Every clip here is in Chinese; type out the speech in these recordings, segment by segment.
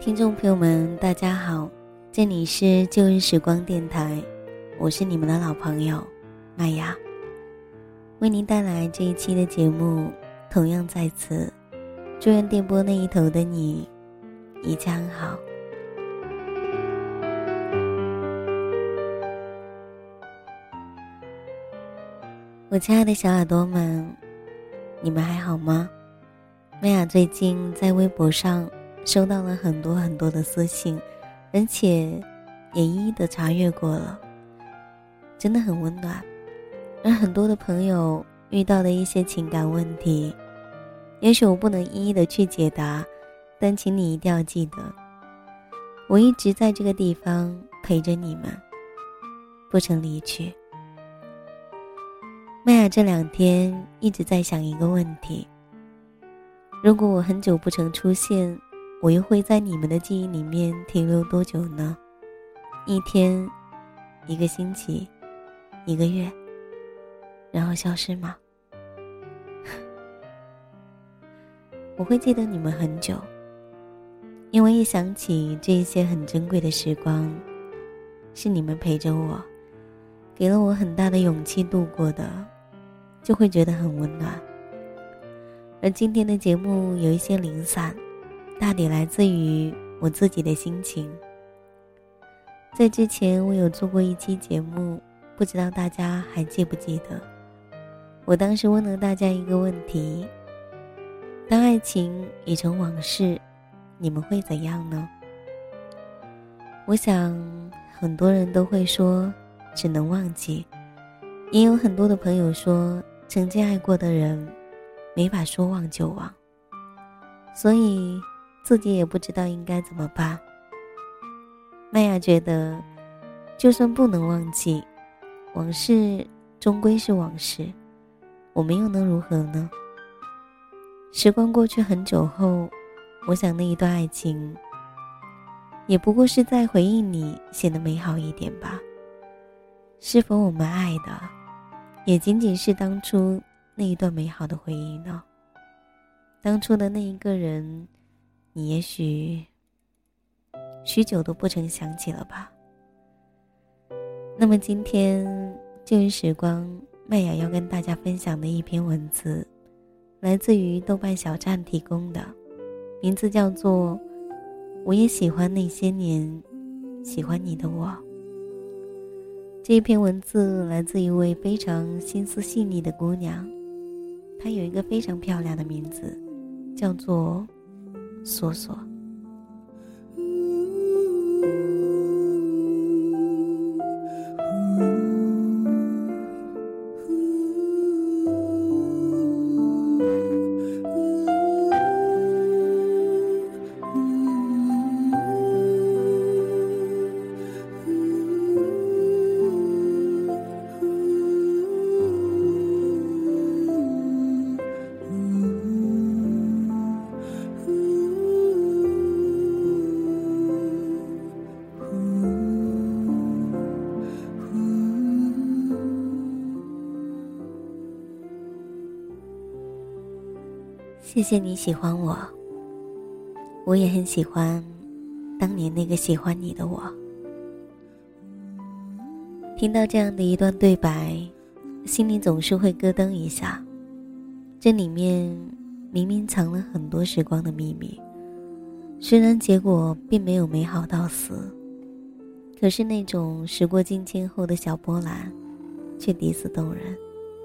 听众朋友们大家好，这里是旧日时光电台，我是你们的老朋友麦雅，为您带来这一期的节目。同样在此祝愿电波那一头的你一切安好。我亲爱的小耳朵们，你们还好吗？麦雅最近在微博上收到了很多的私信，而且也一一的查阅过了，真的很温暖。而很多的朋友遇到的一些情感问题，也许我不能一一的去解答，但请你一定要记得，我一直在这个地方陪着你们，不曾离去。麦雅这2天一直在想一个问题，如果我很久不曾出现，我又会在你们的记忆里面停留多久呢？1天、1个星期、1个月，然后消失吗？我会记得你们很久，因为一想起这一些很珍贵的时光，是你们陪着我，给了我很大的勇气度过的，就会觉得很温暖。而今天的节目有一些零散，大抵来自于我自己的心情。在之前我有做过一期节目，不知道大家还记不记得。我当时问了大家一个问题，当爱情已成往事，你们会怎样呢？我想很多人都会说只能忘记，也有很多的朋友说曾经爱过的人没法说忘就忘，所以自己也不知道应该怎么办。麦雅觉得就算不能忘记，往事终归是往事，我们又能如何呢？时光过去很久后，我想那一段爱情也不过是在回忆里显得美好一点吧。是否我们爱的也仅仅是当初那一段美好的回忆呢？当初的那一个人，你也许许久都不曾想起了吧。那么今天旧日时光，麦雅要跟大家分享的一篇文字，来自于豆瓣小站提供的，名字叫做我也喜欢那些年喜欢你的我。这一篇文字来自一位非常心思细腻的姑娘，她有一个非常漂亮的名字，叫做索索。谢谢你喜欢我，我也很喜欢当年那个喜欢你的我。听到这样的一段对白，心里总是会咯噔一下。这里面明明藏了很多时光的秘密，虽然结果并没有美好到死，可是那种时过境迁后的小波澜却抵死动人。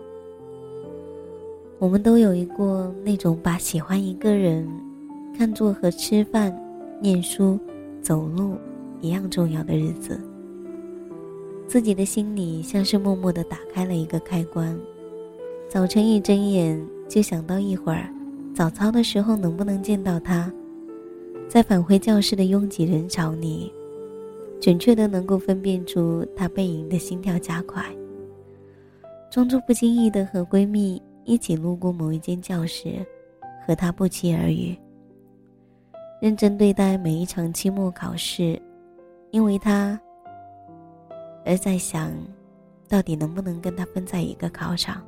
我们都有过那种把喜欢一个人看作和吃饭、念书、走路一样重要的日子，自己的心里像是默默地打开了一个开关，早晨一睁眼就想到一会儿早操的时候能不能见到他，在返回教室的拥挤人潮里，准确地能够分辨出他背影的心跳加快，装作不经意地和闺蜜一起路过某一间教室，和他不期而遇，认真对待每一场期末考试，因为他而在想到底能不能跟他分在一个考场。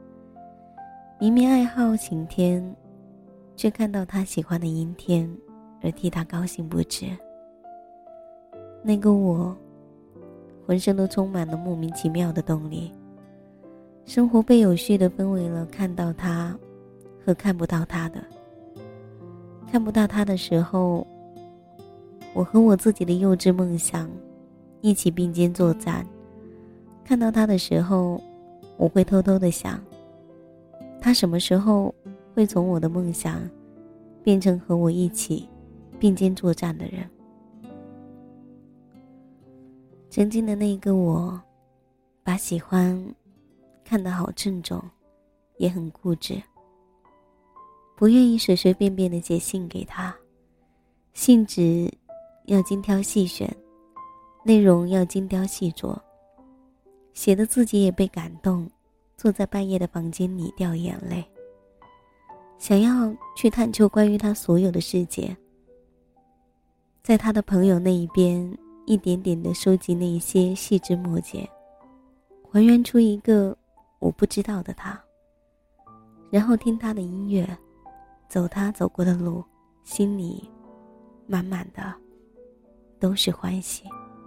明明爱好晴天，却看到他喜欢的阴天， 而替他高兴不止。那个我浑身都充满了莫名其妙的动力，生活被有序地分为了看到他和看不到他的。看不到他的时候，我和我自己的幼稚梦想一起并肩作战；看到他的时候，我会偷偷地想，他什么时候会从我的梦想变成和我一起并肩作战的人。曾经的那个我，把喜欢看得好郑重，也很固执，不愿意随随便便地写信给他，信纸要精挑细选，内容要精雕细琢，写得自己也被感动，坐在半夜的房间里掉眼泪，想要去探究关于他所有的世界，在他的朋友那一边一点点地收集那一些细枝末节，还原出一个我不知道的他，然后听他的音乐，走他走过的路，心里满满的都是欢喜。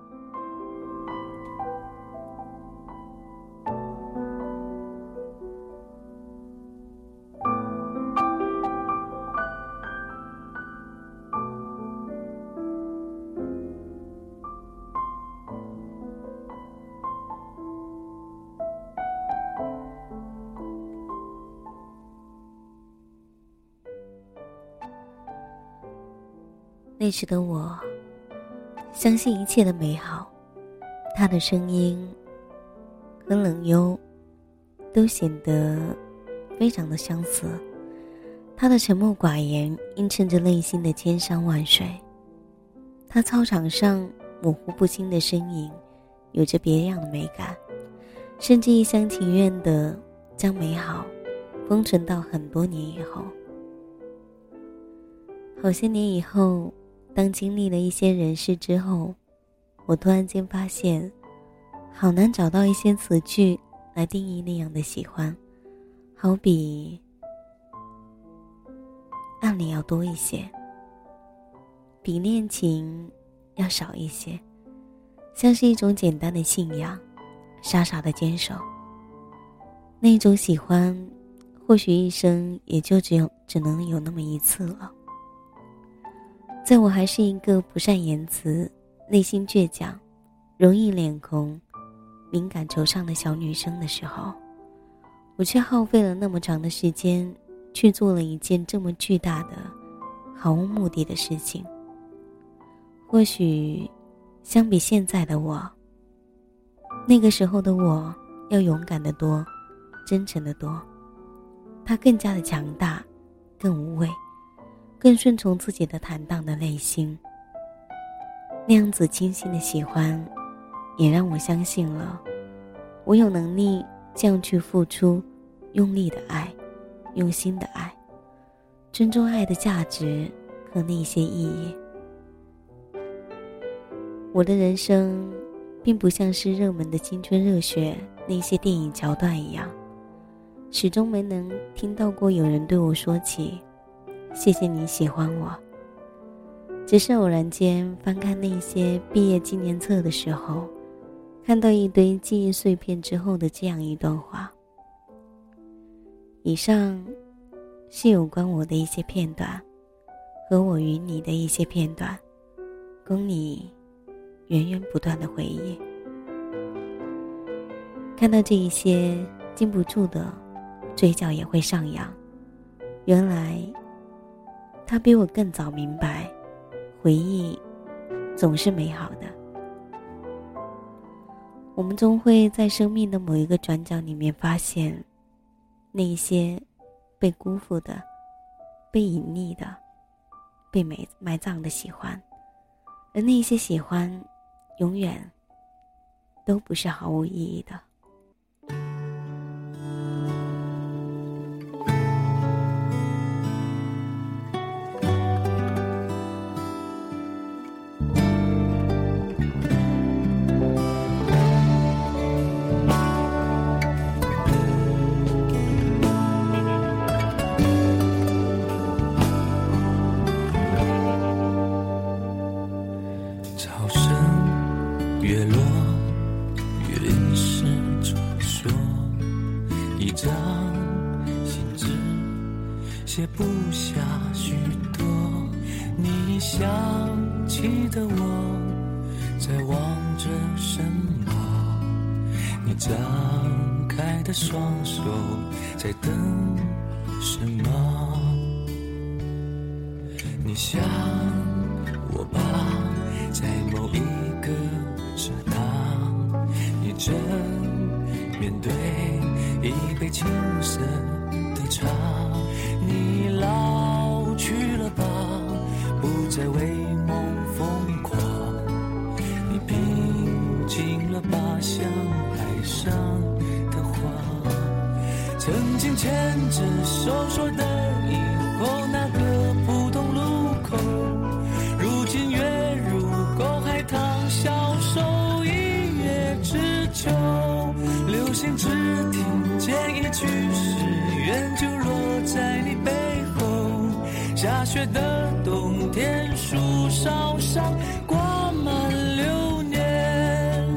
那时的我相信一切的美好，他的声音和冷幽都显得非常的相似，他的沉默寡言映衬着内心的千山万水，他操场上模糊不清的身影有着别样的美感，甚至一厢情愿地将美好封存到很多年以后。好些年以后，当经历了一些人事之后，我突然间发现，好难找到一些词句来定义那样的喜欢，好比暗恋要多一些，比恋情要少一些，像是一种简单的信仰，傻傻的坚守。那种喜欢，或许一生也就只能有那么一次了。在我还是一个不善言辞、内心倔强、容易脸红、敏感惆怅的小女生的时候，我却耗费了那么长的时间去做了一件这么巨大的、毫无目的的事情。或许相比现在的我，那个时候的我要勇敢得多，真诚得多，它更加的强大，更无畏，更顺从自己的坦荡的内心。那样子清新的喜欢，也让我相信了我有能力这样去付出，用力的爱，用心的爱，尊重爱的价值和那些意义。我的人生并不像是热门的青春热血那些电影桥段一样，始终没能听到过有人对我说起谢谢你喜欢我。只是偶然间翻看那些毕业纪念册的时候，看到一堆记忆碎片之后的这样一段话。以上是有关我的一些片段，和我与你的一些片段，供你源源不断的回忆。看到这一些，禁不住的嘴角也会上扬。原来他比我更早明白，回忆总是美好的。我们终会在生命的某一个转角里面发现，那一些被辜负的、被隐匿的、被埋葬的喜欢，而那些喜欢永远都不是毫无意义的。 想起的我在望着什么？你张开的双手在等什么？你想我吧，在某一个刹那，你正面对一杯青涩的茶。你老去了吧，不再为梦疯狂。你平静了吧，像海上的花。曾经牵着手说的以后那个普通路口，如今跃入沟海棠，消瘦一叶知秋。流星只听见一句誓愿，就落在你背后。下雪的冬天，树梢上挂满流年。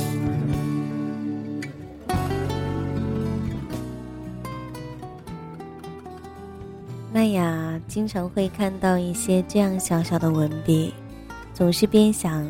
麦雅经常会看到一些这样小小的文笔，总是边想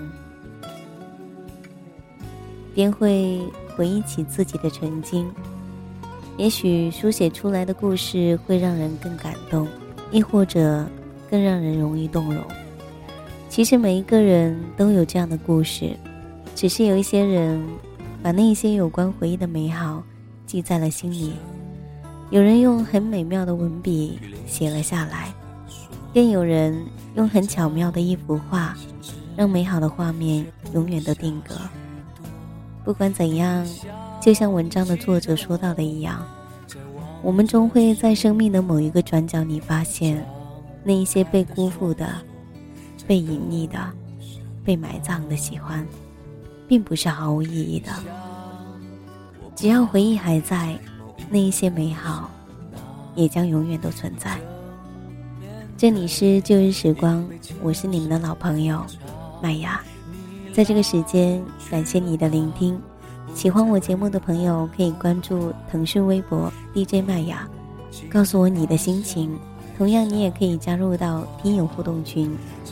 边会回忆起自己的曾经。也许书写出来的故事会让人更感动，亦或者更让人容易动容。其实每一个人都有这样的故事，只是有一些人把那些有关回忆的美好记在了心里，有人用很美妙的文笔写了下来，更有人用很巧妙的一幅画，让美好的画面永远都定格。不管怎样，就像文章的作者说到的一样，我们终会在生命的某一个转角里发现，那一些被辜负的、被隐匿的、被埋葬的喜欢，并不是毫无意义的。只要回忆还在，那一些美好也将永远都存在。这里是旧日时光，我是你们的老朋友麦雅。在这个时间，感谢你的聆听。喜欢我节目的朋友可以关注腾讯微博 DJ 麦雅，告诉我你的心情。同样你也可以加入到听友互动群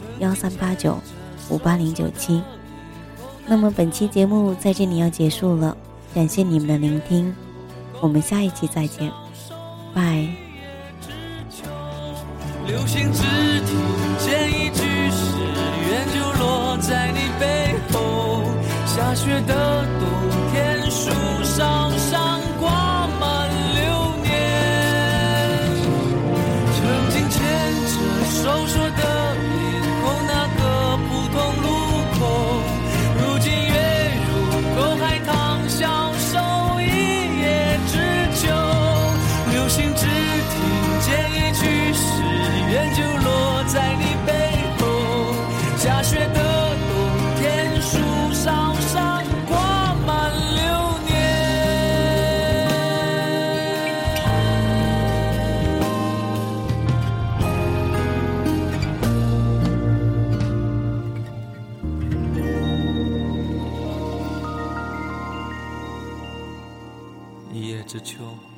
1389-58097。那么本期节目在这里要结束了，感谢你们的聆听，我们下一期再见，拜。 流星只听见一句誓愿，就落在你背后。下雪的冬天，树梢上挂满流年。曾经牵着手说的以后那个普通路口，如今跃入沟海棠，消瘦一叶知秋。流星只听见一句誓愿，就落在你背后。下雪的冬天，树梢上挂满流年。一叶知秋。